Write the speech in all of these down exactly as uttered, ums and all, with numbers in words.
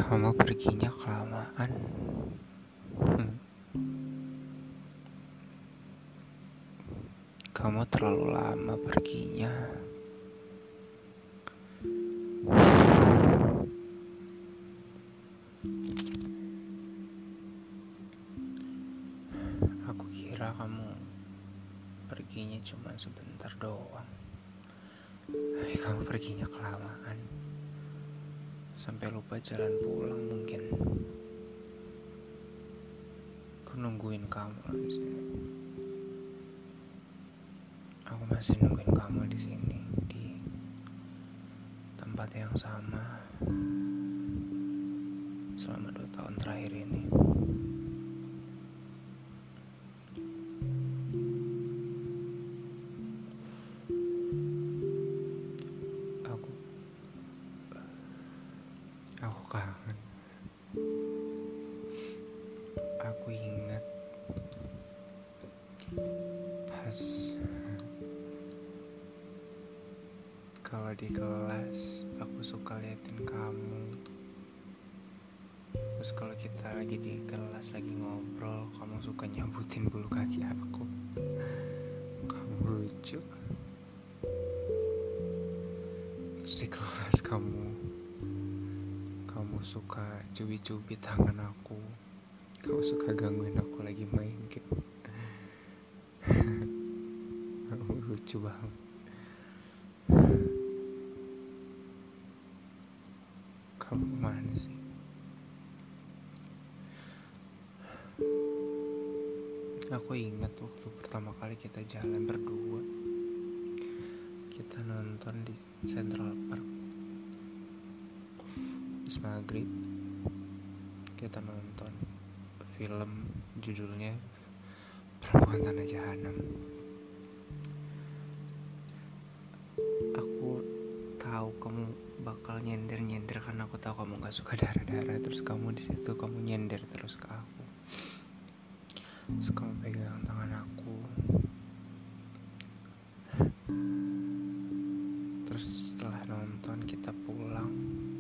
Kamu perginya kelamaan. Hmm, Kamu terlalu lama perginya. Aku kira kamu perginya cuma sebentar doang. Tapi kamu perginya kelamaan. Sampai lupa jalan pulang mungkin. Aku nungguin kamu di sini. Aku masih nungguin kamu di sini di tempat yang sama selama dua tahun terakhir ini. Aku aku kangen. Aku ingat pas kalau di kelas aku suka liatin kamu. Terus kalau kita lagi di kelas lagi ngobrol, kamu suka nyabutin bulu kaki aku. Kamu lucu. Terus di kelas kamu kamu suka cubit-cubit tangan aku. Kamu suka gangguin aku lagi main game. Kamu lucu banget. Kamu mana sih? Aku ingat waktu pertama kali kita jalan berdua. Kita nonton di Central Park. Habis maghrib kita nonton film judulnya Perempuan Tanah Jahanam. Aku tahu kamu bakal nyender-nyender karena aku tahu kamu gak suka darah-darah. Terus kamu di situ kamu nyender terus ke aku. Terus kamu pegang tangan aku. Terus setelah nonton kita pulang.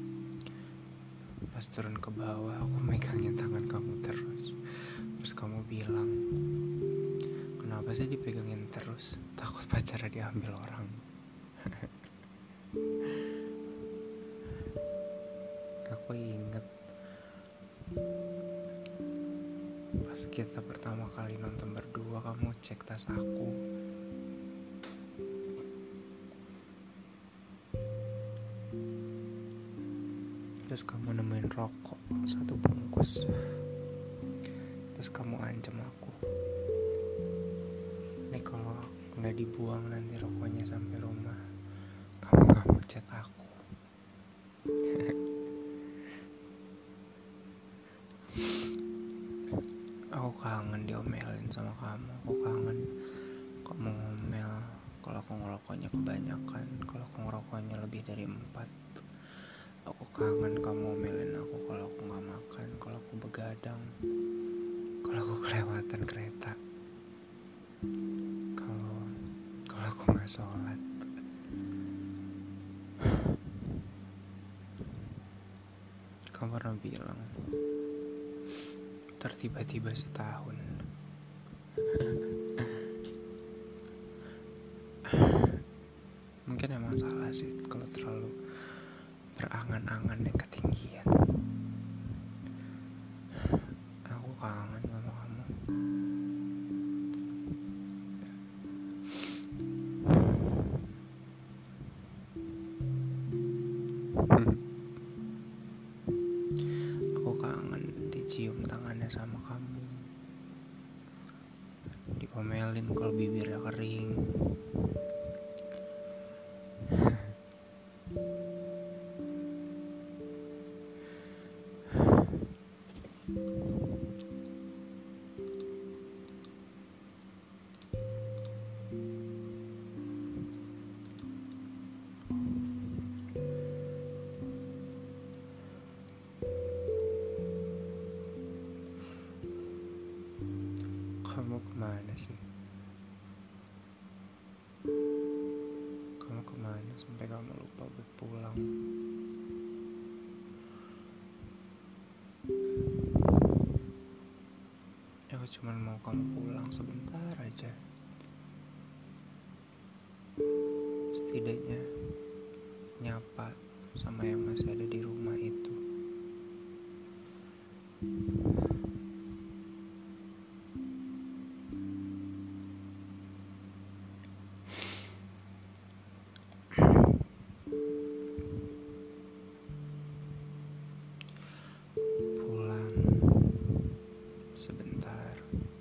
Pas turun ke bawah aku megangin tangan kamu terus. Terus kamu bilang, kenapa sih dipegangin terus? Takut pacarnya diambil orang. Aku inget pas kita pertama kali nonton berdua, kamu cek tas aku. Terus kamu nemuin rokok satu bungkus. Terus kamu ancam aku, ini kalau nggak dibuang nanti rokoknya sampai rumah, kamu nggak mau chat aku. Aku kangen diomelin sama kamu. Aku kangen kamu ngomel kalau aku ngerokoknya kebanyakan, kalau aku ngerokoknya lebih dari empat. Aku kangen kamu ngomelin aku kalau aku gak makan, kalau aku begadang, kalau aku kelewatan kereta, kalau kalau aku gak sholat. Kamu pernah bilang ntar tiba-tiba setahun. Mungkin emang salah sih kalau terlalu berangan-angan dan ketinggian. Aku kangen sama kamu. Aku kangen dicium tangannya sama kamu, diomelin kalau bibirnya kering. Kamu kemana sih? Kamu kemana sampai kamu lupa buat pulang? Aku cuma mau kamu pulang sebentar aja. Setidaknya nyapa sama yang masih ada di rumah itu. Pulang sebentar.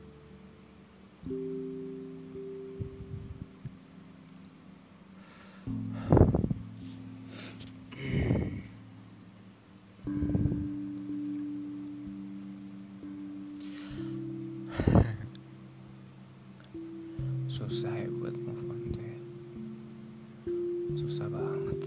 Susah ya buat move on tuh ya. Susah banget.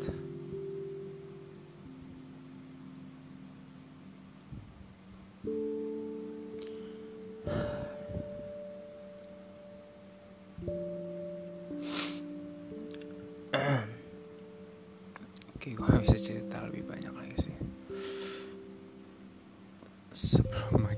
Oke, gue gak bisa cerita lebih banyak lagi sih. Sebelum